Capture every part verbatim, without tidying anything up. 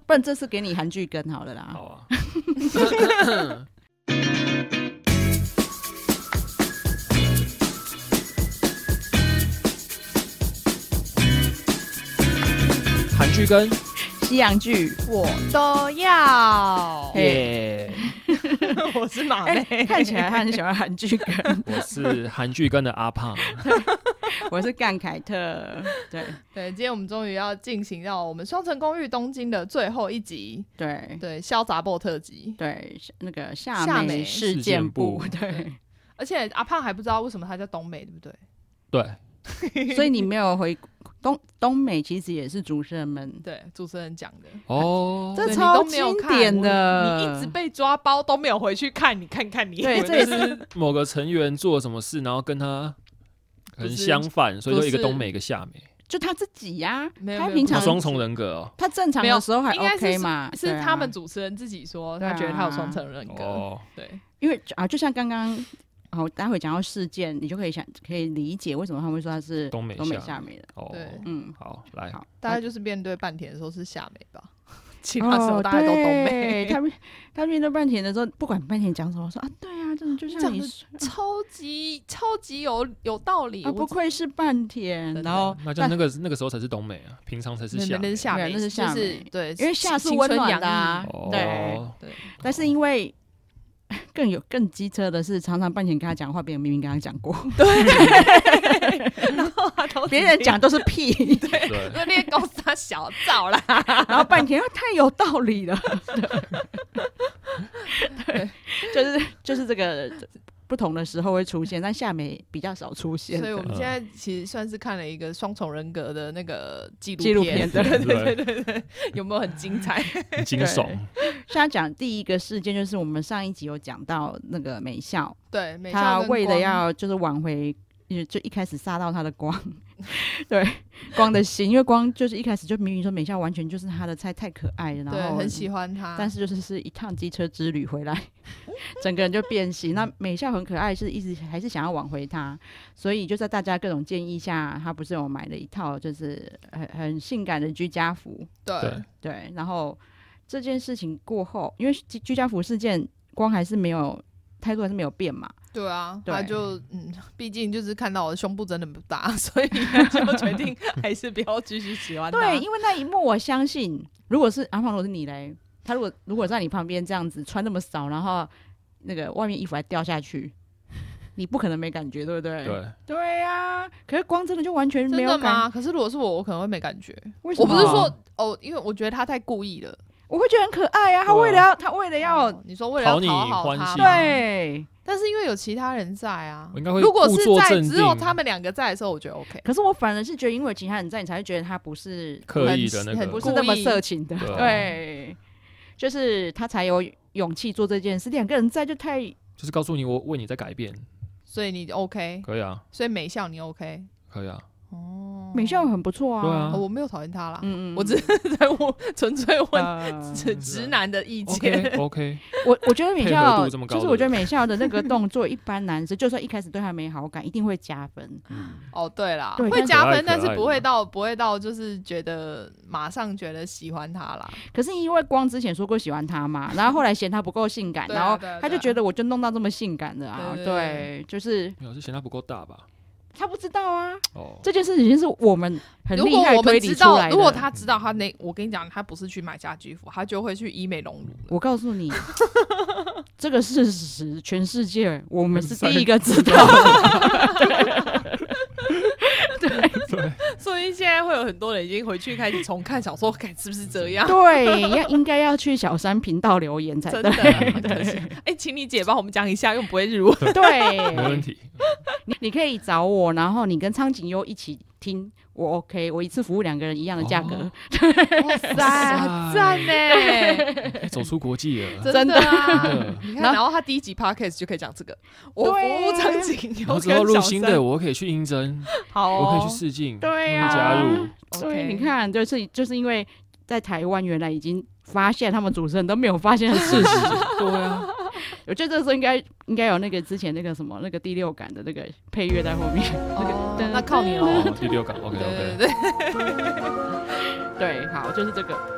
不然这次给你韩剧跟好了啦。 好啊。韩剧跟西洋剧我都要。 耶、 yeah. 我是马妹、 欸，看起来他很喜欢韩剧跟。 我是韩剧跟的阿胖。 我是干凯特。对对，今天我们终于要进行到我们双层公寓东京的最后一集。 对对，潇洒bộ特辑。 对，那个夏美事件部。对， 而且阿胖还不知道为什么他叫东美，对不对？ 对。 所以你没有回东东美，其实也是主持人们对主持人讲的哦， 这超经典的。 你一直被抓包都没有回去看，你看看你。 对，这也是某个成员做了什么事，然后跟他很相反，所以就一个东美一个夏美。 就他自己呀、 啊， 他平常双重人格哦。 他正常的时候还 OK 嘛？ 是, 是他们主持人自己说，他觉得他有双重人格。 哦、 对， 因为啊，就像刚刚。好，待会讲到事件，你就可以想可以理解为什么他们会说他是东美东美夏美的。 哦， 对， 嗯，好，来，好， 大概就是面对半田的时候是夏美吧，其他时候大概都东美。 哦、他他面对半田的时候，不管半田讲什么，说啊，对啊，真的就像你说， 超级超级有有道理啊，不愧是半田。然后那就那个那个时候才是东美啊，平常才是夏美， 那是夏美， 那是夏美， 就是对， 因为夏是温暖的、啊， 哦、 对对， 但是因为。更有更机车的是，常常半田跟他讲话，别人明明跟他讲过， 对，然后他都别人讲都是屁， 对，那练公司他小造啦， 然后半田又太有道理了，对，对就是就是这个不同的时候会出现，但夏美比较少出现， 所以我们现在其实算是看了一个双重人格的那个纪录片， 对对对对对对，有没有很精彩？ 很惊悚。 现在讲第一个事件，就是我们上一集有讲到那个美咲， 对，美咲他为了要就是挽回，就一开始杀到他的光，对光的心，因为光就是一开始就明明说美咲完全就是他的菜，太可爱了，然后很喜欢他， 但是就是是一趟机车之旅回来，整个人就变形。那美咲很可爱，是一直还是想要挽回他，所以就在大家各种建议下，他不是有买了一套就是很很性感的居家服， 对对，然后。这件事情过后，因为居家服事件，光还是没有态度，还是没有变嘛。 对啊， 对他就嗯，毕竟就是看到我的胸部真的不大，所以他就决定还是不要继续喜欢他。 对，因为那一幕我相信，如果是阿胖，如果是你嘞，他如果如果在你旁边这样子穿那么少，然后那个外面衣服还掉下去，你不可能没感觉，对不对？ 对对呀、啊，可是光真的就完全没有感觉。 真的吗？可是如果是我，我可能会没感觉。 为什么？ 我不是说哦，因为我觉得他太故意了。 我会觉得很可爱啊！他为了要，他为了要， 哦、你说为了要讨好他， 对。 但是因为有其他人在啊， 我应该会如果是在只有他们两个在的时候，我觉得 OK。 可是我反而是觉得，因为有其他人在，你才会觉得他不是刻意的那个， 不是那么色情的。 对， 对，就是他才有勇气做这件事。两个人在就太， 就是告诉你我为你在改变， 所以你 OK 可以啊。 所以美咲你 OK 可以啊。 哦， 美咲很不错啊， 对啊、 哦，我没有讨厌他啦， 嗯嗯， 我只是在问，纯粹问直、呃、直男的意见。 OK，, okay 我我觉得美咲就是我觉得美咲的那个动作，一般男生就算一开始对他没好感，一定会加分。 嗯、 哦，对啦， 对会加分，但是不会到不会到就是觉得马上觉得喜欢他啦。 可是因为光之前说过喜欢他嘛，然后后来嫌他不够性感， 啊、 然后他就觉得我就弄到这么性感的啊， 对, 对, 对, 对，就是没有是嫌他不够大吧。 他不知道啊， 哦、 这件事情是我们很厉害推理出来的。 如果他知道他那，我跟你讲，他不是去买家居服，他就会去医美隆乳。 我告诉你，这个事实，全世界我们是第一个知道的。对对，所以现在会有很多人已经回去开始重看小说，看是不是这样？ 对，要应该要去小山频道留言才对。 真的，对，哎，请你姐帮我们讲一下，因为不会日文。 对， 没问题。 你你可以找我，然后你跟苍井优一起听，我 OK， 我一次服务两个人一样的价格。 哦、哇塞，好赞呢！ 走出国际了， 真的啊！你看，然后他第一集 podcast 就可以讲这个，我服务苍井优。 然后之后入新的，我可以去应征， 好、哦， 我可以去试镜， 对啊， 加入。 对，你看，就是就是因为在台湾原来已经发现他们主持人都没有发现的事实。 对啊。 我觉得这时候应该应该有那个之前那个什么那个第六感的那个配乐在后面。 哦，那个、那靠你喽。 第六感 ，OK OK。 对对对。 对，好，就是这个。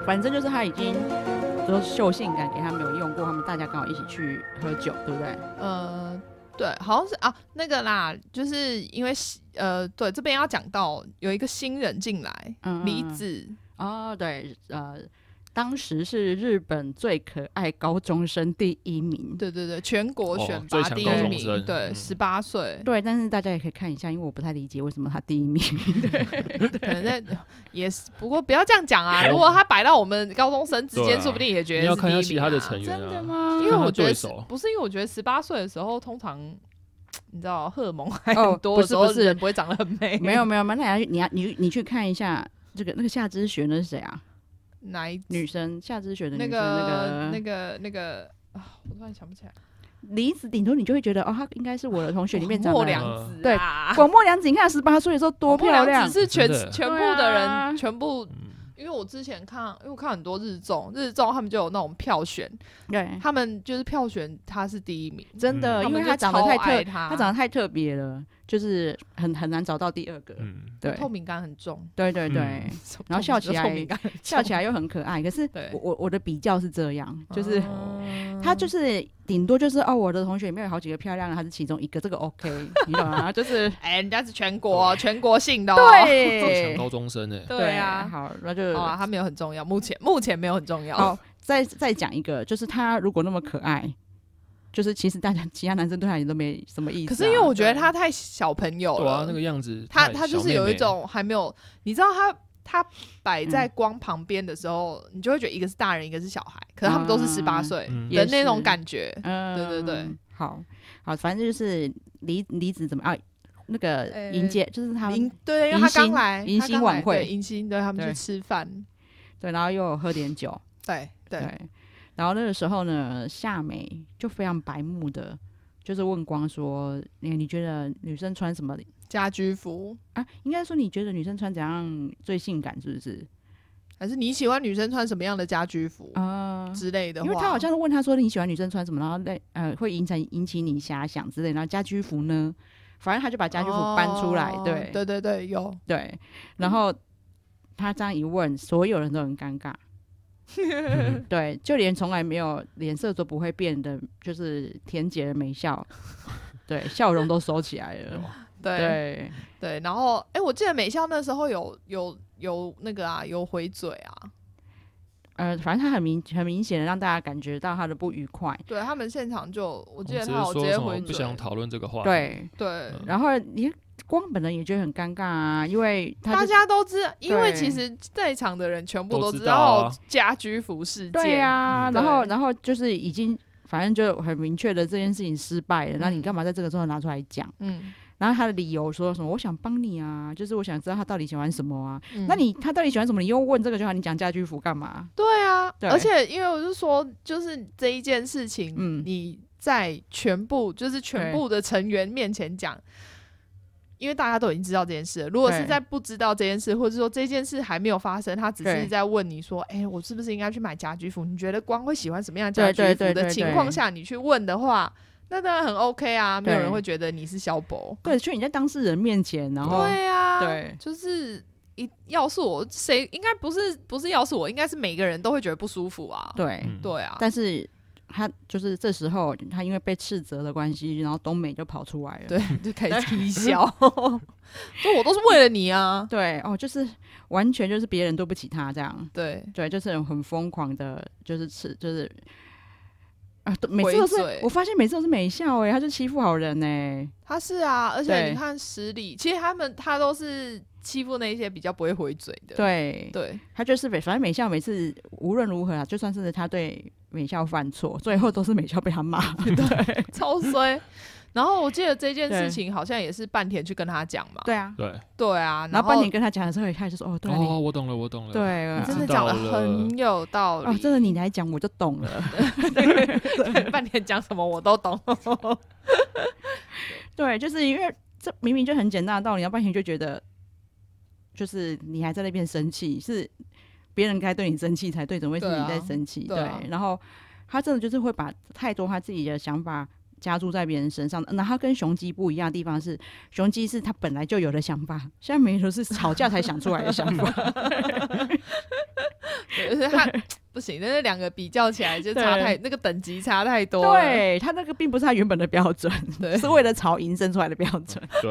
反正就是他已经说秀性感给他没有用过，他们大家刚好一起去喝酒，对不对？ 呃，对，好像是啊，那个啦，就是因为呃，对，这边要讲到有一个新人进来， 嗯李子。 哦，对，呃，当时是日本最可爱高中生第一名。 对对对，全国选哦、 拔第一名，对，十八岁。 对，但是大家也可以看一下，因为我不太理解为什么他第一名。 对，可能在也是，不过不要这样讲啊。如果他摆到我们高中生之间，说不定也觉得是第一名、啊。你要看一下其他的成员、啊， 真的吗？ 因为我觉得不是，因为我觉得十八岁的时候，通常你知道荷尔蒙还很多的时候， 哦、不是不是人不会长得很美。 没有没有，那你要你要你你去看一下这个那个夏之雪那是谁啊？ 哪一女生夏之雪的女生那个那个那个那个啊，我突然想不起来。 梨子顶多你就会觉得哦，她应该是我的同学里面长得广末凉子、 啊，对，广末凉子，你看十八岁的时候多漂亮， 只是全全部的人、 啊、 全部。因为我之前看，因为我看很多日综，日综他们就有那种票选， 对， 他们就是票选他是第一名， 真的， 嗯、 因为他长得太特， 他, 他长得太特别了，就是很很难找到第二个，嗯，对， 透明感很重， 对对对，嗯、然后笑起来笑起来又很可爱，可是我我我的比较是这样，就是、嗯、他就是顶多就是哦，我的同学里面有好几个漂亮的，他是其中一个，这个 OK， 你懂吗？就是哎、欸，人家是全国全国性的、哦， 对， 抢高中生哎、 欸，对啊， 好，那就好啊，他没有很重要，目前目前没有很重要。 好，再再讲一个，就是他如果那么可爱，就是其实大家其他男生对他也都没什么意思、啊。 可是因为我觉得他太小朋友了， 对啊，那个样子他他就是有一种还没有，你知道他他摆在光旁边的时候、嗯，你就会觉得一个是大人，一个是小孩，可是他们都是十八岁的那种感觉。嗯，对对对， 好好，反正就是离离子怎么啊？那个迎接、欸、就是他们对，因为他刚来迎新晚会， 迎新对他们去吃饭， 对，然后又有喝点酒， 对 对, 对， 然后那个时候呢，夏美就非常白目的，就是问光说：“你你觉得女生穿什么家居服啊？应该说你觉得女生穿怎样最性感，是不是？ 还是你喜欢女生穿什么样的家居服啊、呃、之类的？ 因为他好像是问他说你喜欢女生穿什么，然后那呃会引起引起你遐想之类的，然后家居服呢？”反正他就把家居服搬出来，哦、对对对对，有对，然后他这样一问，所有人都很尴尬，对，就连从来没有脸色都不会变的，就是田姐的美笑，对，笑容都收起来了， 对对对，然后哎、欸，我记得美笑那时候有有有那个啊，有回嘴啊。 呃，反正他很明很明显的让大家感觉到他的不愉快。 对他们现场就，我记得他有直接回嘴， 不想讨论这个话题。 对对、 嗯，然后你光本人也觉得很尴尬啊，因为他大家都知道，因为其实在场的人全部都知道家居服事件。 对啊，嗯、然后然后就是已经反正就很明确的这件事情失败了，那、嗯、你干嘛在这个时候拿出来讲？嗯。然后他的理由说什么？我想帮你啊，就是我想知道他到底喜欢什么啊。嗯、那你他到底喜欢什么？你又问这个就好，你讲家居服干嘛？ 对啊，对，而且因为我是说，就是这一件事情，嗯，你在全部就是全部的成员面前讲，因为大家都已经知道这件事了。如果是在不知道这件事，或者说这件事还没有发生，他只是在问你说，哎、欸，我是不是应该去买家居服？你觉得光会喜欢什么样的家居服的情况下，你去问的话。那当然很 OK 啊，没有人会觉得你是小宝。 对，就你在当事人面前，然后对啊， 对， 就是一要是我，谁应该不是不是要是我，应该是每个人都会觉得不舒服啊。 对、 嗯、对啊， 但是他就是这时候他因为被斥责的关系，然后东美就跑出来了， 对，就开始踢笑，说我都是为了你啊。 对哦，就是完全就是别人对不起他这样。 对对，就是很疯狂的，就是斥就是。啊，每次都是，我发现每次都是美笑哎、欸，他就欺负好人哎、欸， 他是啊，而且你看十里，其实他们他都是欺负那些比较不会回嘴的， 对对， 他就是反正美笑每次无论如何啊，就算是他对美笑犯错，最后都是美笑被他骂，对， 超衰。然后我记得这件事情好像也是半田去跟他讲嘛， 对啊， 对对啊， 然后半田跟他讲的时候，一开始就说哦，对啊， 哦，我懂了，我懂了， 对， 你真的讲得很有道理， 哦，真的你来讲我就懂了， 对，对半田讲什么我都懂， 对，就是因为这明明就很简单的道理，然后半田就觉得，就是你还在那边生气，是别人该对你生气才对，怎么会是你在生气？对,、啊、对，然后他真的就是会把太多他自己的想法。 加注在别人身上。那他跟雄鸡不一样的地方是，雄鸡是他本来就有的想法，现在美秀是吵架才想出来的想法。 对，他不行，那两个比较起来就差太，那个等级差太多了。 对，他那个并不是他原本的标准，是为了吵赢生出来的标准。 对，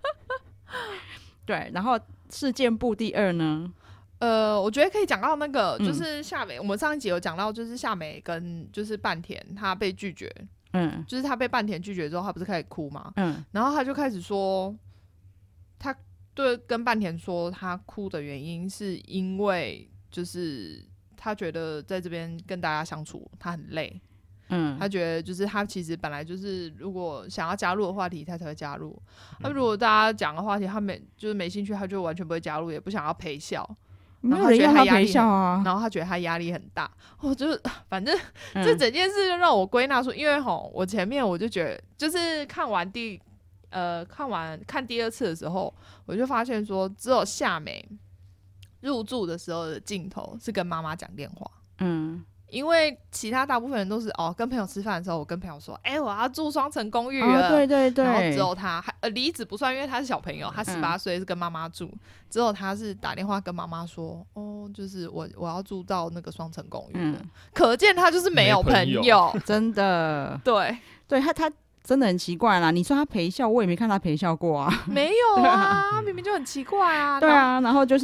对。然后事件簿第二呢？ 呃，我觉得可以讲到那个，就是夏美、嗯，我们上一集有讲到，就是夏美跟就是半田他被拒绝，嗯，就是他被半田拒绝之后，他不是开始哭嘛，嗯，然后他就开始说，他对跟半田说，他哭的原因是因为就是他觉得在这边跟大家相处他很累，嗯，他觉得就是他其实本来就是如果想要加入的话题，他才会加入，那、嗯、如果大家讲的话题他没就是没兴趣，他就完全不会加入，也不想要陪笑。 没有人要他陪笑啊， 然后他觉得他压力很大，我就反正这整件事就让我归纳出，因为吼我前面我就觉得，就是看完第呃看完看第二次的时候，我就发现说，只有夏美入住的时候的镜头是跟妈妈讲电话，嗯。因为其他大部分人都是哦，跟朋友吃饭的时候，我跟朋友说，哎、欸，我要住双层公寓了、 哦，对对对， 然后只有他，呃，离子不算，因为他是小朋友，他十八岁是跟妈妈住，嗯、只有他是打电话跟妈妈说，哦，就是我我要住到那个双层公寓的、嗯，可见他就是没有朋友， 朋友真的， 对， 对他他真的很奇怪啦。你说他陪笑，我也没看他陪笑过啊， 没有啊，明明就很奇怪啊， 对啊，然后就是。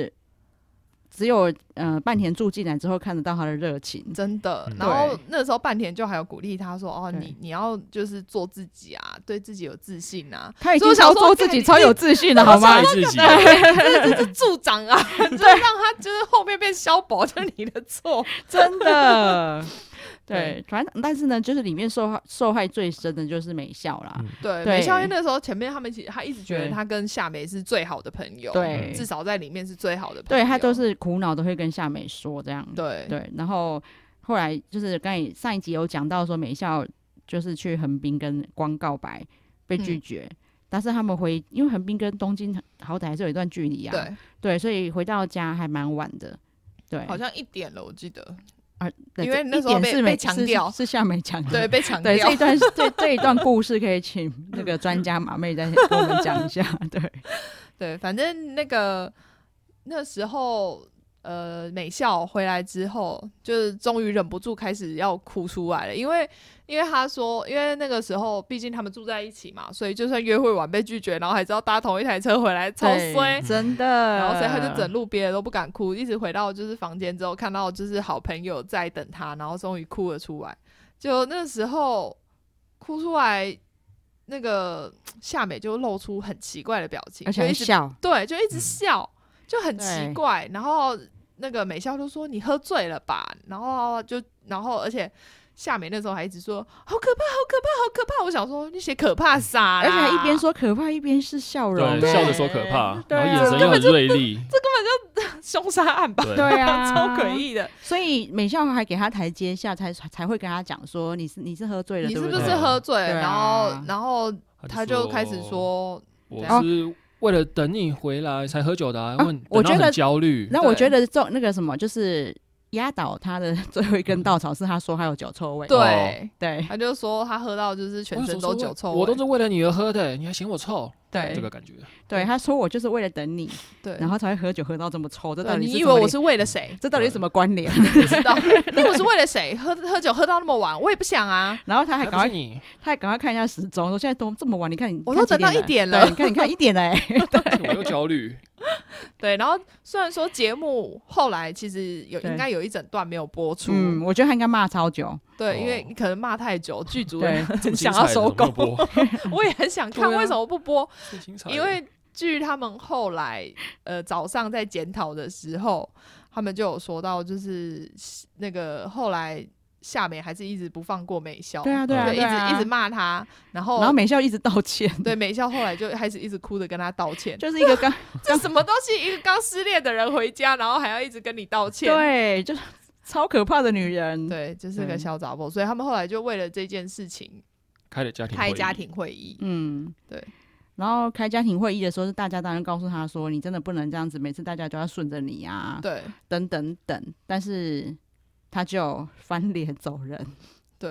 只有呃半田住进来之后看得到他的热情， 真的。然后那时候半田就还有鼓励他说：“哦，你你要就是做自己啊，对自己有自信啊。” 他已经超做自己超有自信了，好吗？ 自己， 这这是助长啊，就让他就是后面变萧薄，就是你的错， 真的。对，反正但是呢，就是里面受害受害最深的就是美笑啦。 嗯、对，美笑因为那时候前面他们其实他一直觉得他跟夏美是最好的朋友，对，至少在里面是最好的朋友。 对，他都是苦恼都会跟夏美说这样。 对对，然后后来就是刚才上一集有讲到说美笑就是去横滨跟光告白被拒绝，嗯、但是他们回因为横滨跟东京好歹还是有一段距离啊， 对对，所以回到家还蛮晚的，对， 好像一点了，我记得。 啊， 因为那时候被被强调是夏美强调， 对，被强调。 对，这一段这这一段故事可以请那个专家马妹再跟我们讲一下。对对，反正那个那时候呃美笑回来之后，就是终于忍不住开始要哭出来了，因为因为他说，因为那个时候毕竟他们住在一起嘛，所以就算约会晚被拒绝，然后还是要搭同一台车回来，超衰， 真的。 然后所以他就整路别人都不敢哭，一直回到就是房间之后，看到就是好朋友在等他，然后终于哭了出来。就那时候哭出来，那个夏美就露出很奇怪的表情， 而且笑， 对，就一直笑，就很奇怪。然后那个美笑就说：“你喝醉了吧？”然后就，然后而且。夏美那时候还一直说好可怕好可怕好可怕，我想说你写可怕啥啦， 而且还一边说可怕一边是笑容， 对，笑着说可怕，然后眼神又很锐利， 这根本就凶杀案吧， 对啊， 超诡异的。 所以美笑还给他台阶下，才才会跟他讲说你是你是喝醉了， 你是不是喝醉了？然后然后他就开始说我是为了等你回来才喝酒的啊，问我觉得焦虑。 那我觉得这那个什么就是压倒他的最后一根稻草是他说他有酒臭味， 对、 哦、对， 他就说他喝到就是全身都酒臭味， 我都是为了你而喝的，你还嫌我臭， 对这个感觉， 对，他说我就是为了等你， 对， 然后才会喝酒喝到这么臭，这到底是你以为我是为了谁？ 这到底是什么关联？ 不知道，你以为我是为了谁？喝喝酒喝到那么晚，我也不想啊。 然后他还赶快，他还赶快看一下时钟，说现在都这么晚，你看你， 我都等到一点了， 对，你看你看一点了、欸， 我又焦虑。 对，然后虽然说节目后来其实有应该有一整段没有播出， 嗯，我觉得他应该骂超久， 对，哦、因为可能骂太久，剧组人很想要收工，我也很想看，为什么不播？因为据他们后来呃早上在检讨的时候，他们就有说到，就是那个后来。夏美还是一直不放过美笑， 对啊对啊， 对啊一直一直骂他，然后然后美笑一直道歉， 对美笑后来就开始一直哭着跟他道歉， 就是一个刚这什么东西，一个刚失恋的人回家，然后还要一直跟你道歉， 对，就是超可怕的女人， 对，就是个小杂货，所以他们后来就为了这件事情开了家庭开家庭会议， 嗯， 对。 然后开家庭会议的时候，是大家当然告诉他说，你真的不能这样子，每次大家都要顺着你啊， 对， 等等等，但是他就翻脸走人。 对，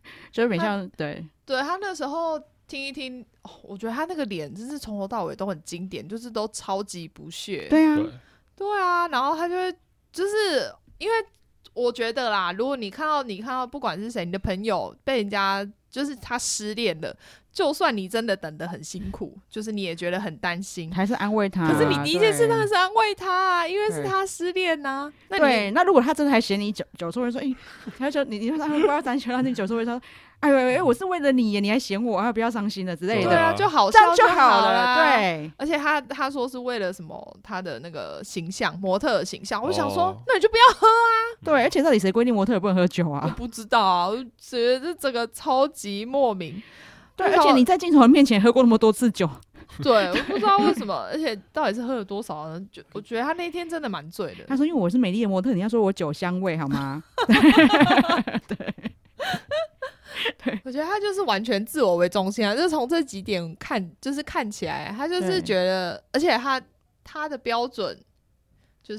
就是美笑对对他那时候听一听、哦，我觉得他那个脸真是从头到尾都很经典，就是都超级不屑。 对啊， 对对啊，然后他就会就是因为我觉得啦，如果你看到你看到不管是谁，你的朋友被人家就是他失恋了。就算你真的等得很辛苦，就是你也觉得很担心， 还是安慰他、啊。 可是你第一件事当然是安慰他啊，因为是他失恋呐、啊。那对，那如果他真的还嫌你久久错，说，哎、欸，他就你你说他不要担心，让你久错，说，哎呦哎，我是为了你耶，你还嫌我，啊，不要伤心了之类的。 对啊，就好笑就好了。对， 而且他他说是为了什么？他的那个形象，模特的形象。我就想说， 哦、 那你就不要喝啊。 对，而且到底谁规定模特不能喝酒啊？ 我不知道啊，我觉得这个超级莫名。 对，而且你在镜头面前喝过那么多次酒， 对，我不知道为什么，而且到底是喝了多少呢？就我觉得他那天真的蛮醉的。 他说：“因为我是美丽的模特，你要说我酒香味好吗？”对， 对，我觉得他就是完全自我为中心啊，就是从这几点看，就是看起来他就是觉得，而且他他的标准就是。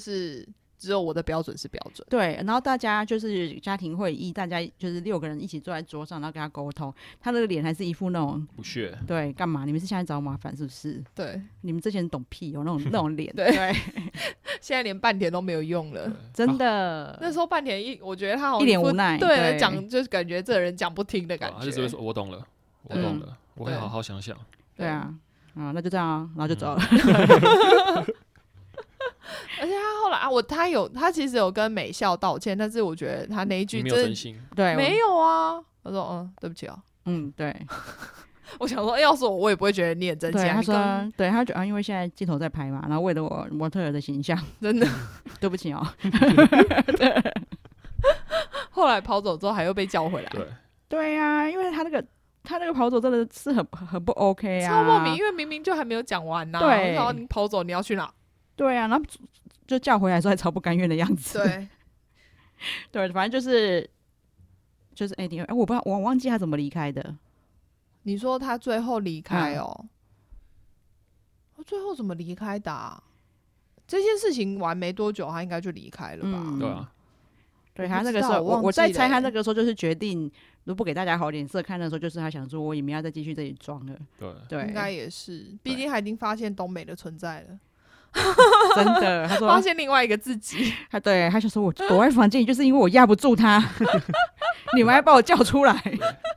只有我的标准是标准， 对，然后大家就是家庭会议，大家就是六个人一起坐在桌上，然后跟他沟通，他那个脸还是一副那种不屑， 对，干嘛？你们是现在找麻烦是不是？ 对， 你们这些人懂屁哦，那种那种脸， 对，对现在连半田都没有用了， 真的。 啊、那时候半田一，我觉得他好像一脸无奈， 对，讲就是感觉这个人讲不听的感觉， 他就只会说我懂了，我懂了，嗯、我会好好想想。 对啊，啊，那就这样啊，然后就走了。 嗯而且他后来啊，我他有他其实有跟美笑道歉，但是我觉得他那一句没有真心， 对， 没有啊。他说嗯，对不起啊， 嗯，对。 我想说，要是我，我也不会觉得你很真心、啊。 他说，对他觉得、啊、因为现在镜头在拍嘛，然后为了我模特儿的形象， 真的对不起哦。 对。后来跑走之后，还又被叫回来。 对， 对呀、啊，因为他那个。他那个跑走真的是很很不 OK 啊， 超莫名，因为明明就还没有讲完呐、啊。 对， 然后你跑走，你要去哪？ 对啊，然后就叫回来的时候还超不甘愿的样子。 对， 对，反正就是就是哎，你、欸、哎，我不知道，我忘记他怎么离开的。 你说他最后离开哦？他、嗯、最后怎么离开的、啊？这件事情完没多久，他应该就离开了吧？ 嗯、 对啊。 对他那个时候，我我在猜他那个时候就是决定，如果不给大家好脸色看的时候，就是他想说，我也没要再继续这里装了。 对， 对， 应该也是，毕竟他已经发现东美的存在了。 真的，他说发现另外一个自己。 他对他就说，我躲在房间里就是因为我压不住他，你们还把我叫出来，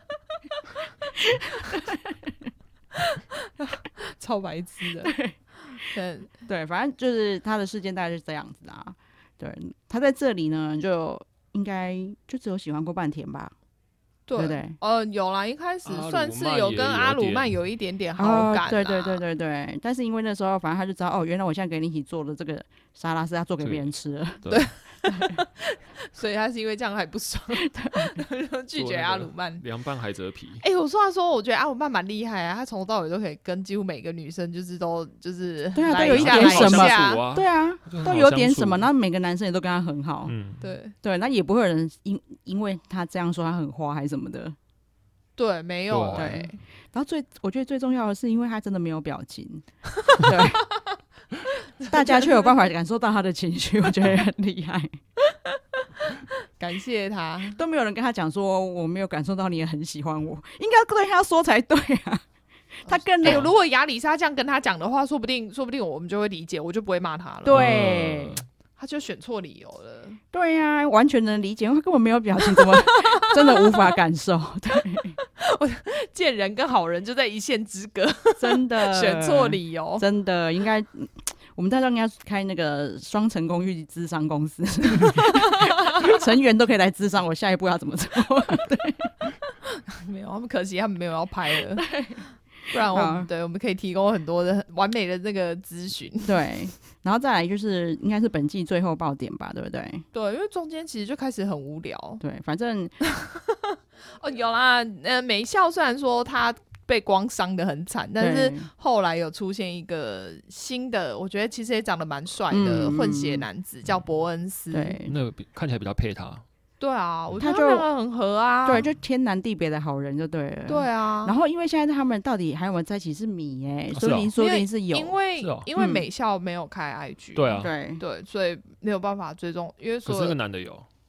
超白痴的。 对， 对对，反正就是他的事件大概是这样子啊。对，他在这里呢，就应该就只有喜欢过半田吧，对不对？ 呃，有啦，一开始算是有跟阿鲁曼有一点点好感啦、 哦，对对对对对。但是因为那时候，反正他就知道，哦，原来我现在给你一起做的这个沙拉是要做给别人吃的， 对。对所以他是因为这样还不爽，就拒绝阿鲁曼。 凉拌海蜇皮。 哎、欸，我说他说，我觉得阿鲁曼蛮厉害啊，他从头到尾都可以跟几乎每个女生就是都就是对啊，都有一点什么，对啊，都有点什么，然后每个男生也都跟他很好， 嗯， 对对，那也不会有人因因为他这样说他很花还是什么的， 对，没有对。对然后最我觉得最重要的是，因为他真的没有表情，对。大家却有办法感受到他的情绪，我觉得很厉害。 感谢他， 都没有人跟他讲说我没有感受到你也很喜欢我，应该对他说才对啊。他更、 欸、如果亚里莎这样跟他讲的话，说不定说不定我们就会理解，我就不会骂他了。 对、嗯， 他就选错理由了。 对呀、啊，完全能理解，因为他根本没有表情，怎么真的无法感受？对， 我贱人跟好人就在一线之隔， 真的选错理由， 真的应该。我们大家应该开那个双层公寓咨商公司，成员都可以来咨商。我下一步要怎么做？对， 没有，他们可惜他们没有要拍了，不然我们对我们可以提供很多的完美的那个咨询。 对，然后再来就是应该是本季最后爆点吧，对不对？ 对，因为中间其实就开始很无聊。 对，反正哦有啦，呃，美笑虽然说他被光伤得很惨，但是后来有出现一个新的，我觉得其实也长得蛮帅的、嗯、混血男子，叫伯恩斯。 对， 那个看起来比较配他。 对啊，我觉得他们两个很合啊。 对，就天南地北的好人就对了。 对啊。 然后因为现在他们到底还有没有在一起是谜哎、欸，所以说不定是有， 因为、 哦、 因为美笑没有开 I G，、 嗯、对啊， 对对，所以没有办法追踪，因为说可是那个男的有。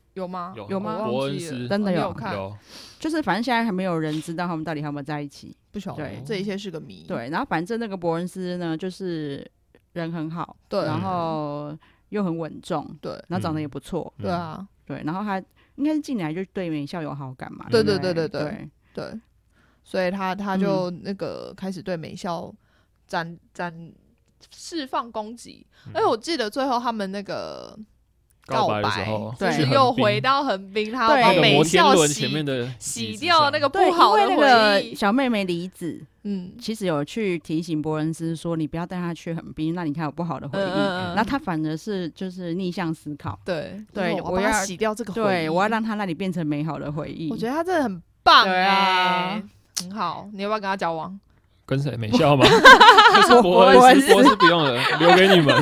有吗？ 有有吗？ 伯恩斯真的有， 有看， 有， 就是反正现在还没有人知道他们到底有没有在一起， 不晓得， 对， 这一切是个谜。 对，然后反正那个伯恩斯呢，就是人很好， 对， 然后又很稳重， 对， 然后长得也不错， 对啊， 对，然后他应该是进来就对美孝有好感嘛， 对对对对对对对，所以他他就那个开始对美孝展展释放攻击，而且我记得最后他们那个。告白的时候， 就是又回到横滨，他把美孝前面的洗掉那个不好的回忆。 那个小妹妹梨子， 嗯， 其实有去提醒伯恩斯说，你不要带他去横滨，那你看有不好的回忆。 嗯、 然后他反而是就是逆向思考， 对对， 我, 我要洗掉这个回忆， 对我要让他那里变成美好的回忆。 我觉得他真的很棒， 对啊， 很好。你要不要跟他交往？ 跟谁？美孝吗？伯恩斯，伯恩斯不用了，留给你们。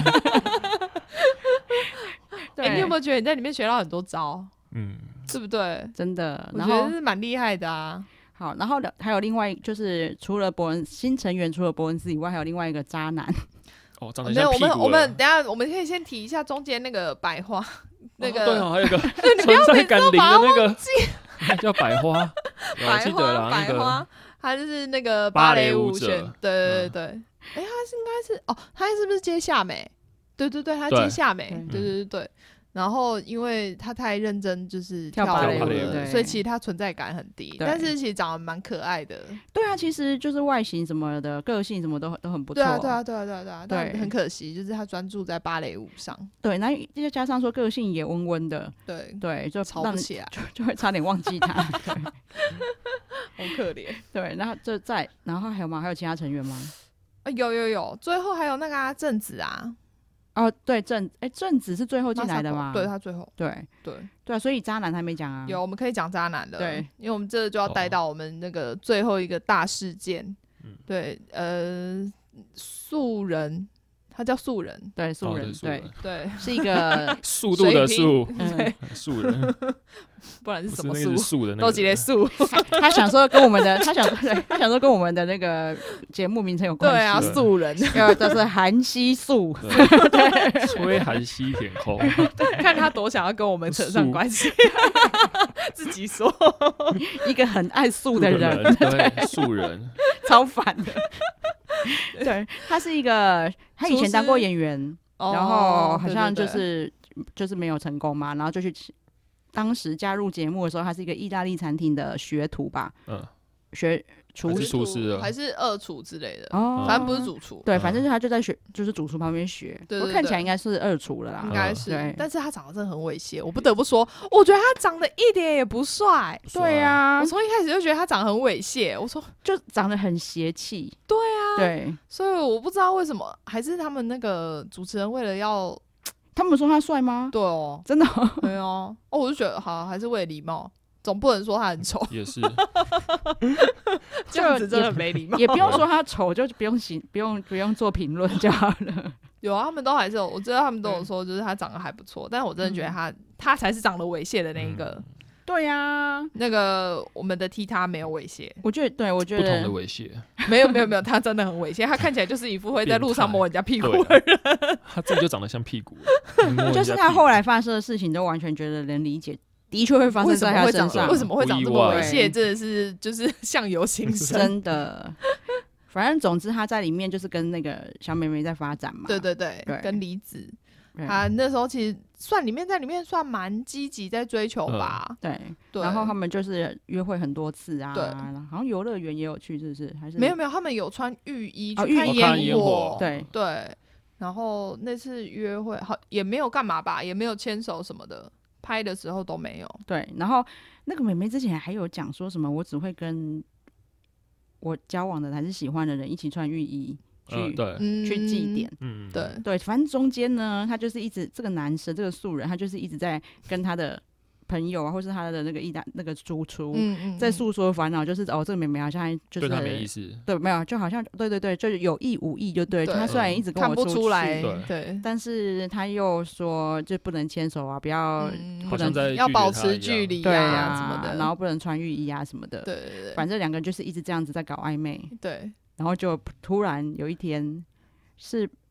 哎、欸，你有没有觉得你在里面学到很多招？ 嗯， 对不对？ 真的， 我觉得是蛮厉害的啊。 好，然后还有另外就是除了伯恩新成员，除了伯恩斯以外，还有另外一个渣男。 哦，长得像屁股了。 我们我们等一下我们可以先提一下中间那个百花，那个、 哦、对哦，还有一个存在感零的那个，那叫百花， 百记得啦， 百花，他就是那个芭蕾舞选，对对对。哎、嗯，他是应该是哦，他是不是接夏美？对对对，他接夏美，对对对对。然后因为他太认真，就是跳芭蕾舞了，所以其实他存在感很低。但是其实长得蛮可爱的。 对啊，其实就是外形什么的，个性什么都都很不错。 对啊，对啊，对啊，对啊，对啊。但很可惜，就是他专注在芭蕾舞上。 对，那再加上说个性也温温的， 对对，就吵不起来， 就就会差点忘记他。好可怜。 对，然后这在，然后还有吗？还有其他成员吗？ 啊，有有有，最后还有那个啊，正子啊。 哦，对，正哎，正子是最后进来的吗？ 对，他最后， 对对对啊，所以渣男还没讲啊。 有，我们可以讲渣男的， 对， 因为我们这就要带到我们那个最后一个大事件。 嗯， 对，呃，素人，他叫素人， 对，素人， 哦、 对对， 是一个速度的速， 对， 素人， 不然是什么素？素的那都几类素。 他想说跟我们的，他想对，他想说跟我们的那个节目名称有关系。 对啊，素人， 呃，就是韩熙素， 对，吹韩熙舔后， 看他多想要跟我们扯上关系，自己说， 一个很爱素的人， 对，素人， 超烦的。对，他是一个，他以前当过演员，然后好像就是就是没有成功嘛，然后就去。当时加入节目的时候，他是一个意大利餐厅的学徒吧， 嗯， 学厨厨师还是二厨之类的， 哦， 反正不是主厨， 对，反正他就在学，就是主厨旁边学， 对， 我看起来应该是二厨了啦， 应该是， 对， 但是他长得真的很猥亵，我不得不说，我觉得他长得一点也不帅， 对啊， 我从一开始就觉得他长得很猥亵，我说就长得很邪气， 对啊， 对， 所以我不知道为什么，还是他们那个主持人为了要。 他们说他帅吗？ 对哦， 真的没有哦，我就觉得好，还是为了礼貌，总不能说他很丑。 也是， 这样子真的没礼貌。 也不用说他丑，就不用行，不用不用做评论就好了。 有啊，他们都还是有，我知道他们都有说，就是他长得还不错，但是我真的觉得他、嗯、他才是长得猥亵的那一个。嗯对呀、啊， 那个我们的踢他没有猥亵， 我觉得对，我觉得不同的猥亵， 没有没有没有，他真的很猥亵，他看起来就是一副会在路上摸人家屁股的人， 啊、他自己就长得像屁股， 就是他后来发生的事情都完全觉得能理解，的确会发生在他身上， 为什么会长这么猥亵，真的是就是相由心生， 真的。反正总之他在里面就是跟那个小妹妹在发展嘛， 对对 对, 对， 跟梨子。他那时候其实算里面在里面算蛮积极在追求吧、 嗯对， 对， 然后他们就是约会很多次啊， 对， 好像游乐园也有去，是不是？还是没有没有，他们有穿浴衣去看烟火， 对对。然后那次约会好也没有干嘛吧，也没有牵手什么的，拍的时候都没有。 对，然后那个妹妹之前还有讲说什么，我只会跟我交往的还是喜欢的人一起穿浴衣。去、 呃、对、 嗯、去祭典， 嗯， 对对，反正中间呢，他就是一直这个男生这个素人，他就是一直在跟他的朋友啊，或是他的那个意大那个主厨，嗯嗯，在诉说烦恼，就是哦，这个妹妹好像就是对他没意思， 对，没有，就好像对对对，就是有意无意就对， 对他虽然一直跟我看不出来， 对， 对， 但是他又说就不能牵手啊，不要、 嗯、 不能要保持距离啊， 啊什么的， 然后不能穿浴衣啊什么的， 对对对， 反正两个人就是一直这样子在搞暧昧， 对， 然后就突然有一天。是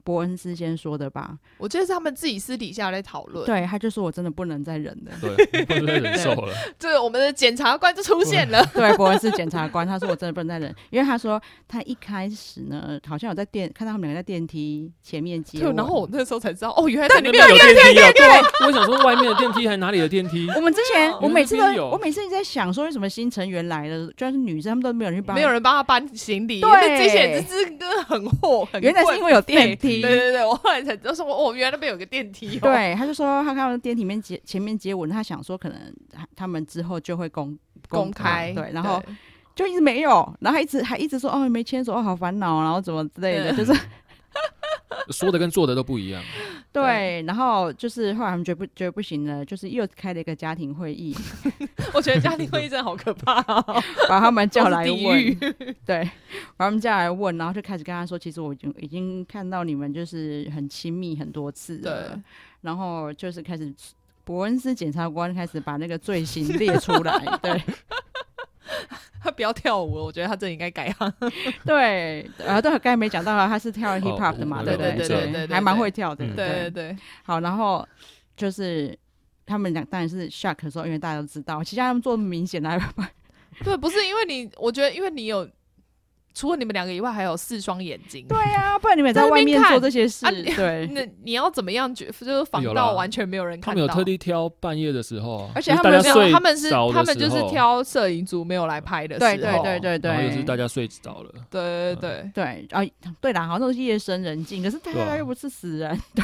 伯恩斯先说的吧？ 我记得是他们自己私底下在讨论。 对，他就说我真的不能再忍了， 对，不能再忍受了。 这个我们的检察官就出现了。 对，伯恩斯检察官，他说我真的不能再忍，因为他说他一开始呢，好像有在电看到他们两个在电梯前面接吻， 然后我那时候才知道，哦，原来那边有电梯啊！对，我想说外面的电梯还哪里的电梯？ 我们之前我每次都我每次一直在想说，为什么新成员来了，居然是女生，他们都没有人去帮， 没有人帮他搬行李， 对， 这些人真的很货，很原来是因为有电梯。 对对对，我后来才知道说，哦，原来那边有个电梯、哦。 对，他就说他看到电梯里面接前面接吻，他想说可能他们之后就会公公开， 对，然后就一直没有，然后还一直还一直说哦没牵手，哦好烦恼，然后怎么之类的，就是说的跟做的都不一样。 对，然后就是后来他们觉得不觉得不行了，就是又开了一个家庭会议。 我觉得家庭会议真的好可怕哦， 把他们叫来问，对，把他们叫来问，然后就开始跟他说，其实我已经已经看到你们就是很亲密很多次了，对，然后就是开始伯恩斯检察官开始把那个罪行列出来，对。 他不要跳舞，我觉得他真的应该改行。 对，然后都刚才没讲到，他是跳 hip hop 的嘛， 哦、 对对对对对， 还蛮会跳的。 嗯、 对对对。 好，然后就是他们俩当然是 shock 的时候，因为大家都知道，其实他们做明显的。 对，不是因为你，我觉得因为你有。除了你们两个以外，还有四双眼睛。 对啊，不然你们也在外面做这些事，啊、对。 那你要怎么样？就是防到完全没有人看到。 他们有特地挑半夜的时候， 而且他们睡他们是他们就是挑摄影组没有来拍的时候。 对对对对对。 然后就是大家睡着了。 对对对、 嗯、对啊，对啦，好像都是夜深人静，可是大家又不是死人，对。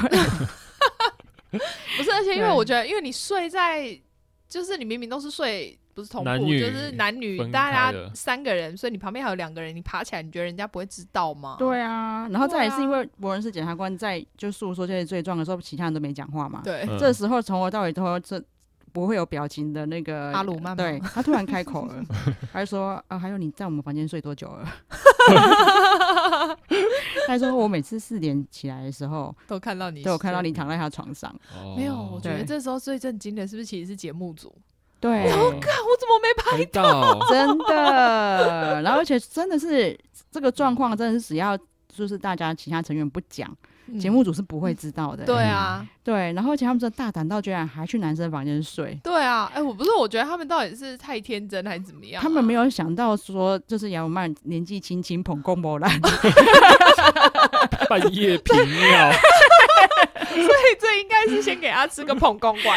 不是，而且因为我觉得，因为你睡在，就是你明明都是睡。不是同步，就是男女大家三个人，所以你旁边还有两个人，你爬起来，你觉得人家不会知道吗？ 对啊，然后再也是因为伯恩斯检察官在就诉说这些罪状的时候，其他人都没讲话嘛。 对， 嗯、这时候从头到尾都这不会有表情的那个阿鲁曼， 对他突然开口了，他就说啊，还有你在我们房间睡多久了？他说我每次四点起来的时候都看到你， 都有看到你躺在他床上。 哦、 没有，我觉得这时候最震惊的是不是其实是节目组？ 对， 我看我怎么没拍到？ 真的，然后而且真的是这个状况，真的是只要就是大家其他成员不讲，节、嗯、目组是不会知道的。 对啊， 对，然后而且他们真的大胆到居然还去男生房间睡。 对啊，哎、欸，我不是，我觉得他们到底是太天真还是怎么样、啊？ 他们没有想到说，就是姚曼年纪轻轻捧公博兰， 半夜频尿。 所以这应该是先给他吃个捧公馆。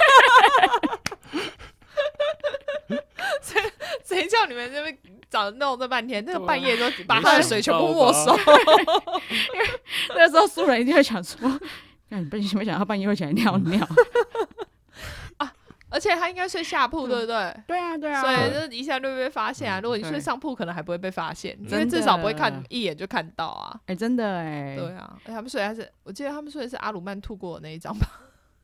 谁谁叫你们这边找弄这半天？那个半夜都把他的水全部没收。 因为那时候素人一定会想说：“那你没想到他半夜会起来尿尿啊！”而且他应该睡下铺，对不对？ 对啊，对啊。 所以这一下就会被发现啊！如果你睡上铺，可能还不会被发现，因为至少不会看一眼就看到啊。 哎、欸，真的哎、欸。 对啊，他们睡的是，我记得他们睡的是阿鲁曼吐过的那一张吧。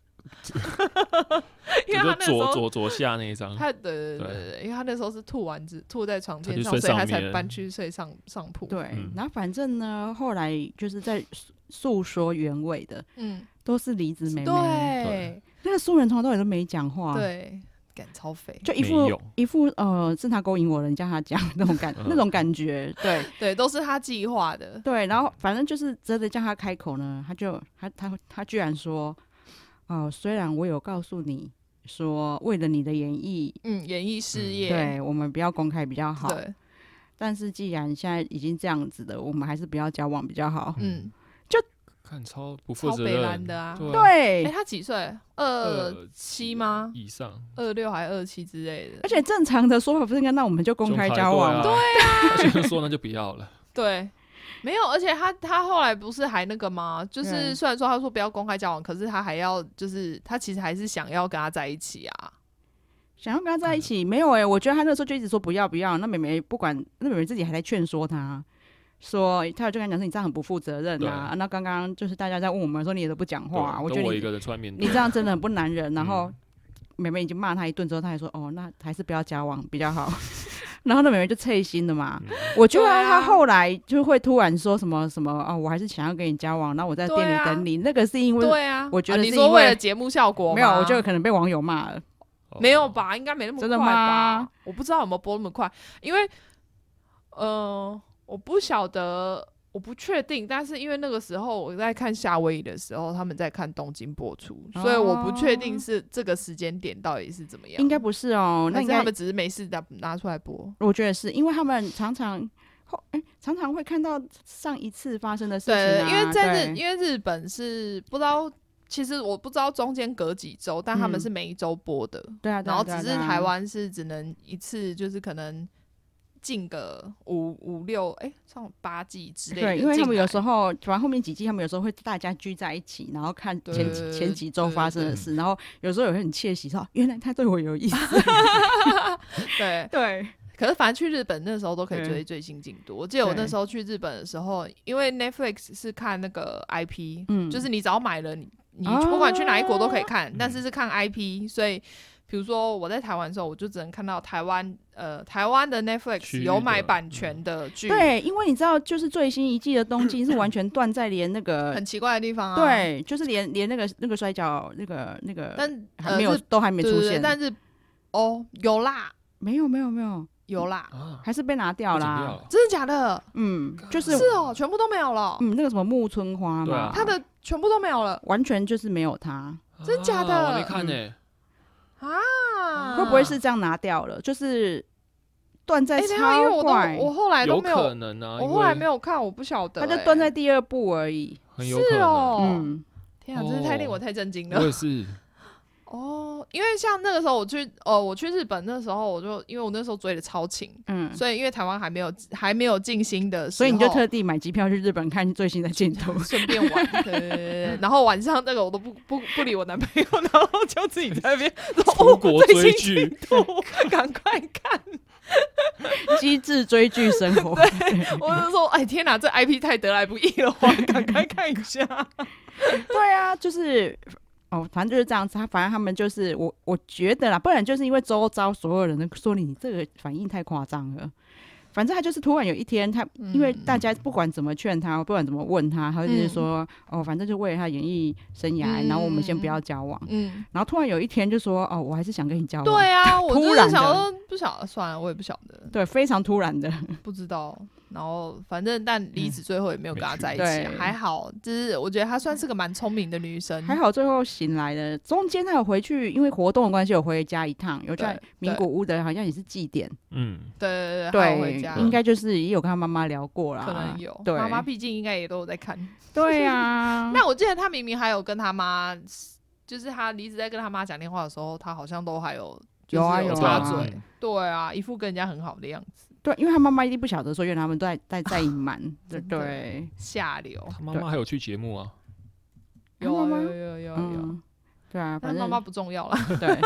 因为他那时候左左左下那一张， 他对对对对，因为他那时候是吐完之吐在床垫上，所以他才搬去睡上上铺。 对、嗯，然后反正呢，后来就是在诉说原委的，嗯，都是梨子妹妹。 对， 那个素人从头到尾都没讲话， 对，感超肥， 就一副一副呃是他勾引我了，你叫他讲那种感那种感觉，对对，都是他计划的。 对，然后反正就是真的叫他开口呢，他就他他他居然说。哦，虽然我有告诉你说，为了你的演艺， 嗯，演艺事业， 对我们不要公开比较好。 对， 但是既然现在已经这样子的，我们还是不要交往比较好。 嗯， 就看超不负责任超北蓝的啊。 对， 哎、欸，他几岁？二七吗？ 以上， 二六还二七之类的。 而且正常的说法不是应该那我们就公开交往吗？ 对啊， 他现在说那就不要了。 对。没有，而且他他后来不是还那个吗？就是虽然说他说不要公开交往，可是他还要就是他其实还是想要跟他在一起啊， 想要跟他在一起、嗯、没有哎、欸，我觉得他那时候就一直说不要不要，那妹妹不管，那妹妹自己还在劝说他，说他就跟他讲说你这样很不负责任啊。那刚刚就是大家在问我们说你也都不讲话、啊，我觉得你我一个人出来面对你这样真的很不男人。然后妹妹已经骂他一顿之后，他还说哦，那还是不要交往比较好。然后那妹妹就脆心了嘛、嗯，我觉得他后来就会突然说什么什么啊，我还是想要跟你交往，然后我在店里等你、啊。那个是因为对啊， 我觉得是因为、 啊、你说为了节目效果吗？ 没有，我觉得可能被网友骂了。 没有吧？应该没那么快吧？真的吗？ 我不知道有没有播那么快，因为呃，我不晓得我不确定，但是因为那个时候我在看夏威夷的时候，他们在看东京播出，哦、所以我不确定是这个时间点到底是怎么样。 应该不是哦，那应该他们只是没事拿拿出来播。 我觉得是因为他们常常。欸、常常会看到上一次发生的事情、啊、 对，因为在日，因为日本是不知道，其实我不知道中间隔几周，但他们是每一周播的，嗯、 对啊， 然后只是台湾是只能一次，就是可能进个五五六，哎，上八季之类的。 对，因为他们有时候，反正后面几季他们有时候会大家聚在一起，然后看前几前几周发生的事，然后有时候也会很窃喜说，原来他对我有意思。 对对。 可是反正去日本那时候都可以追最新进度。我记得我那时候去日本的时候，因为 Netflix 是看那个 I P，、嗯、就是你只要买了，你你不管去哪一国都可以看，哦、但是是看 I P， 所以比如说我在台湾的时候，我就只能看到台湾呃台湾的 Netflix 有买版权的剧。 对，因为你知道，就是最新一季的东京是完全断在连那个很奇怪的地方啊。 对，就是连连那个那个摔跤那个那个， 但还没有、呃、都还没出现。 对对对，但是哦有啦， 没有没有没有。 有啦、 啊，还是被拿掉啦？ 真的假的？ 嗯，就是是哦，全部都没有了。 嗯，那个什么木村花嘛， 啊、他的全部都没有了， 完全就是没有他。 真的假的？ 啊、我没看呢、欸。 啊， 会不会是这样拿掉了？就是断在超快、欸，我后来都没有， 有可能啊， 我后来没有看，我不晓得、欸， 他就断在第二部而已。 很有可能。 是哦， 嗯， 天啊，真是太令我太震惊了。 我也是。 哦，因为像那个时候我去，哦，我去日本那时候，我就因为我那时候追的超勤，嗯，所以因为台湾还没有还没有进新的时候， 所以你就特地买机票去日本看最新的进度， 顺便玩，对对对对。然后晚上那个我都不不不理我男朋友，然后就自己在那边出国追剧， 赶快看。 机智追剧生活， 对，我就说，哎天哪，这 I P 太得来不易了，我赶快看一下。 对啊，就是。哦，反正就是这样子。他反正他们就是我，我觉得啦，不然就是因为周遭所有人都说你这个反应太夸张了。反正他就是突然有一天，他、嗯、因为大家不管怎么劝他，不管怎么问他，他就是说、嗯、哦，反正就为了他演艺生涯、嗯，然后我们先不要交往。嗯，然后突然有一天就说哦，我还是想跟你交往。 对啊，我突然想说不晓得，算了，我也不晓得。 对，非常突然的， 不知道。然后反正但离子最后也没有跟他在一起、啊嗯，还好，就是我觉得她算是个蛮聪明的女生， 还好最后醒来了。中间她有回去，因为活动的关系有回家一趟，有在名古屋的好像也是祭典， 嗯， 对对对对，回家应该就是也有跟她妈妈聊过啦， 可能有， 对， 妈妈毕竟应该也都有在看， 对啊。 那我记得她明明还有跟她妈，就是她离子在跟她妈讲电话的时候，她好像都还有有啊有插嘴、啊，对啊，一副跟人家很好的样子。 对，因为他妈妈一定不晓得说，原来他们都在在在隐瞒，对对， 下流。 他妈妈还有去节目啊？ 有啊有有有有、 嗯，对啊，反正妈妈不重要了。 对，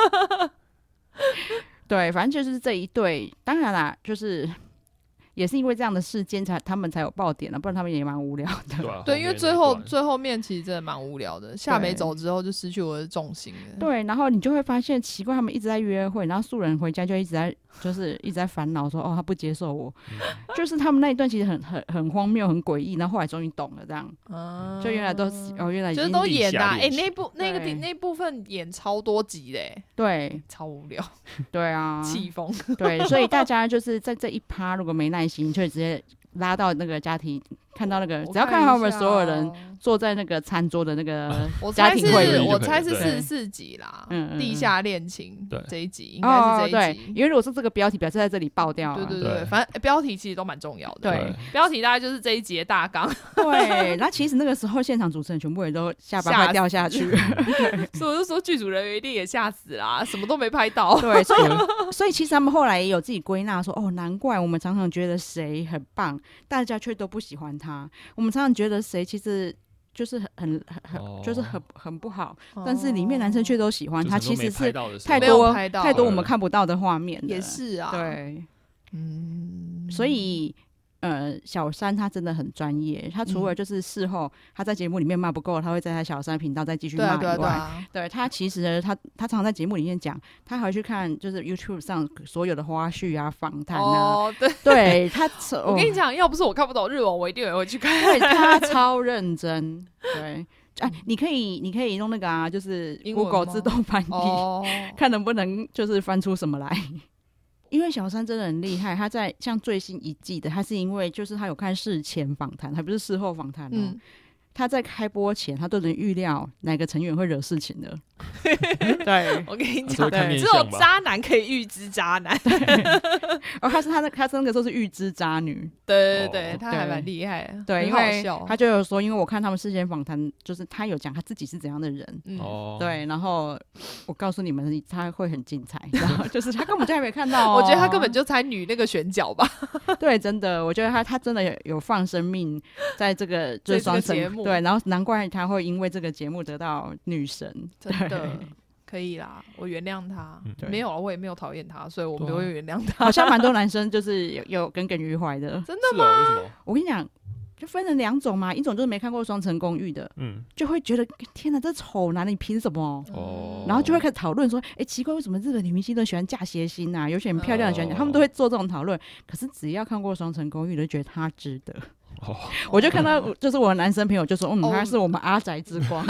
对，反正就是这一对，当然啦，就是也是因为这样的事件才他们才有爆点了，不然他们也蛮无聊的。 对、啊， 对，因为最后最后面其实真的蛮无聊的。夏美走之后就失去我的重心了。 对，然后你就会发现奇怪，他们一直在约会，然后素人回家就一直在就是一直在烦恼说，哦，他不接受我，嗯、就是他们那一段其实很很很荒谬、很诡异，然后后来终于懂了，这样，嗯、就原来都是哦，原来已经就是都演啊，哎、欸，那部那个那部分演超多集嘞， 对， 超无聊， 对啊， 气疯， 对，所以大家就是在这一趴如果没耐心，就直接拉到那个家庭。看到那个，只要看到他们所有人坐在那个餐桌的那个家庭会议， 我猜是四十四集啦，嗯，地下恋情这一集应该是这一集， 哦、对，因为如果是这个标题，表示在这里爆掉了， 对对 对, 对，反正、欸、标题其实都蛮重要的， 对， 标题大概就是这一集的大纲， 对，那其实那个时候现场主持人全部人都下巴快掉下去， 所以我就说剧组人员一定也吓死啦，什么都没拍到， 对，所以所以其实他们后来也有自己归纳说，哦，难怪我们常常觉得谁很棒，大家却都不喜欢他。我们常常觉得谁其实就是很很很、哦、就是很很不好、哦，但是里面男生却都喜欢他，其实是太多太多我们看不到的画面的。 也是啊， 对，嗯，所以。呃，小山他真的很专业，他除了就是事后、嗯、他在节目里面骂不够，他会在他小山频道再继续骂以外， 对啊对啊对啊对他其实他他常常在节目里面讲，他还会去看就是 YouTube 上所有的花絮啊、访谈啊， 哦、对对他， 我跟你讲，要不是我看不懂日文，我一定也会去看， 对他超认真，对。哎、啊，你可以，你可以用那个啊，就是 Google 自动翻译、哦，看能不能就是翻出什么来。 因为小三真的很厉害，他在像最新一季的，他是因为就是他有看事前访谈，还不是事后访谈哦。嗯，他在开播前，他都能预料哪个成员会惹事情的。对， 我跟你讲，只有渣男可以预知渣男。 哦，他是他那他那个时候是预知渣女。 对对对，他还蛮厉害的。 对， 很好笑。 他就有说，因为我看他们事先访谈，就是他有讲他自己是怎样的人。哦、嗯。对，然后我告诉你们，他会很精彩。然后就是他根本就还没看到、哦， 我觉得他根本就才女那个选角吧。 对，真的，我觉得他他真的有有放生命在这个就是双节目。对，然后难怪他会因为这个节目得到女神。 真的可以啦，我原谅他、嗯。没有啊，我也没有讨厌他，所以我不会原谅他。 好像蛮多男生就是有有耿耿于怀的。 真的吗？ 为什么？ 我跟你讲，就分成两种嘛，一种就是没看过《双层公寓》的，嗯，就会觉得天哪，这丑男的你凭什么？哦，然后就会开始讨论说，哎、欸，奇怪，为什么日本女明星都喜欢嫁谐星啊？有些很漂亮的喜欢、哦，他们都会做这种讨论。可是只要看过《双层公寓》的，就觉得他值得。Oh. 我就看到，就是我的男生朋友就说：“嗯， oh. 他是我们阿宅之光。”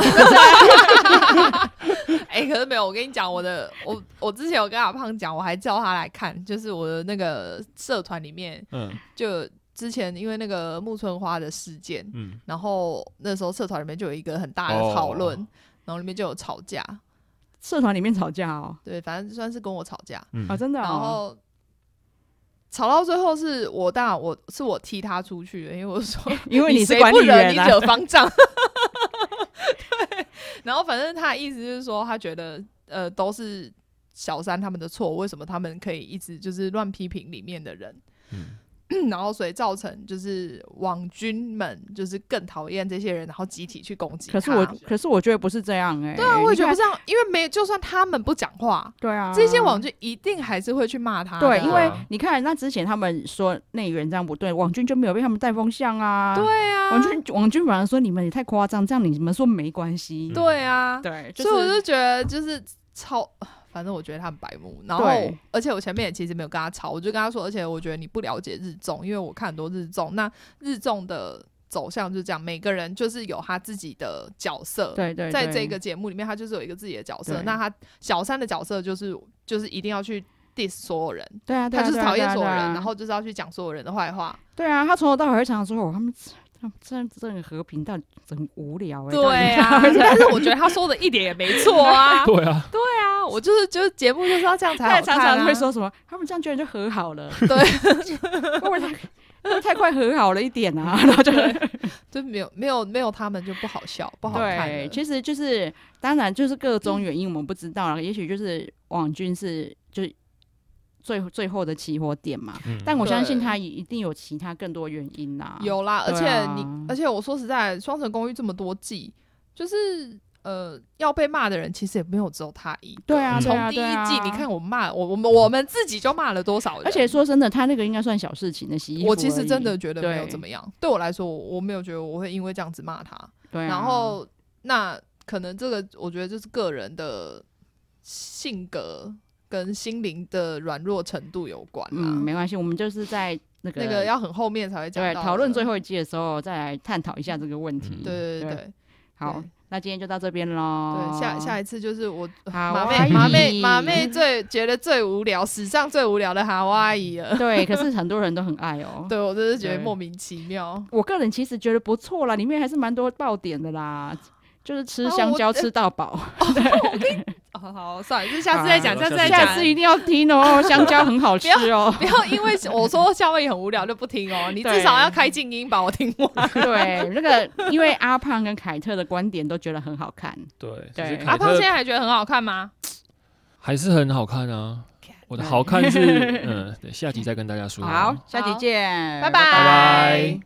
哎、欸，可是没有，我跟你讲，我的我我之前有跟阿胖讲，我还叫他来看，就是我的那个社团里面，嗯，就之前因为那个木村花的事件，嗯，然后那时候社团里面就有一个很大的讨论， oh. 然后里面就有吵架， 社团里面吵架哦， 对，反正算是跟我吵架， 嗯、啊，真的、哦， 然后。吵到最后是我，当然我是我踢他出去的，因为我说， 因为你是管理员、 啊，你惹方丈。对，然后反正他的意思就是说，他觉得呃都是小三他们的错，为什么他们可以一直就是乱批评里面的人？嗯。然后所以造成就是网军们就是更讨厌这些人，然后集体去攻击他。 可是我可是我觉得不是这样哎、欸。 对啊，我也觉得不是这样，因为没就算他们不讲话， 对啊， 这些网军一定还是会去骂他。 对，因为你看那之前他们说内援这样不对，网军就没有被他们带风向啊。 对啊， 网军网军反而说你们也太夸张，这样你们说没关系。 对啊， 对，就是、 所以我就觉得就是超。反正我觉得他很白目，然后而且我前面也其实没有跟他吵，我就跟他说，而且我觉得你不了解日综，因为我看很多日综，那日综的走向就是这样，每个人就是有他自己的角色， 对 对, 对， 在这个节目里面，他就是有一个自己的角色，那他小三的角色就是就是一定要去 diss 所有人， 对啊，对啊， 他就是讨厌所有人，然后就是要去讲所有人的坏话， 对啊，他从头到尾常说他们。这样这很和平，但很无聊哎、欸。 对啊，但是我觉得他说的一点也没错啊。 对啊， 对啊，我就是就是节目就是要这样才好看、啊。 他常常会说什么，他们这样居然就和好了。 对， 会不会太会不会太快和好了一点啊？然后就就没有没有没有他们就不好笑，不好看。 对，其实就是当然就是各种原因我们不知道了，也许就是网军是就。最最后的起火点嘛、嗯，但我相信他一定有其他更多原因啦。 有啦，而且你，而且我说实在，《双层公寓》这么多季，就是呃，要被骂的人其实也没有只有他一个。 对啊， 从第一季你看我骂我我们我们自己就骂了多少人？ 而且说真的，他那个应该算小事情的洗衣服。 我其实真的觉得没有怎么样，对我来说，我没有觉得我会因为这样子骂他。 对、啊， 然后那可能这个我觉得就是个人的性格。跟心灵的软弱程度有关啦， 嗯，没关系，我们就是在那个那个要很后面才会讲到， 对，讨论最后一季的时候再来探讨一下这个问题。 嗯、对对 对, 对， 好，对那今天就到这边咯。 对，下下一次就是我马妹马妹马妹最觉得最无聊，史上最无聊的夏威夷了。 对，可是很多人都很爱哦。 对，我真是觉得莫名其妙。 我个人其实觉得不错啦，里面还是蛮多爆点的啦。就是吃香蕉吃到饱、 哦，我跟你哦好，算了，就下次再讲，下次再讲， 下次一定要听哦，香蕉很好吃哦， 不要, 不要因为我说夏威夷很无聊就不听哦，你至少要开静音把我听完。 对，那个因为阿胖跟凯特的观点都觉得很好看， 对对， 阿胖现在还觉得很好看吗？ 还是很好看啊，我的好看是嗯，对，下集再跟大家说。 好，下集见， 拜拜拜。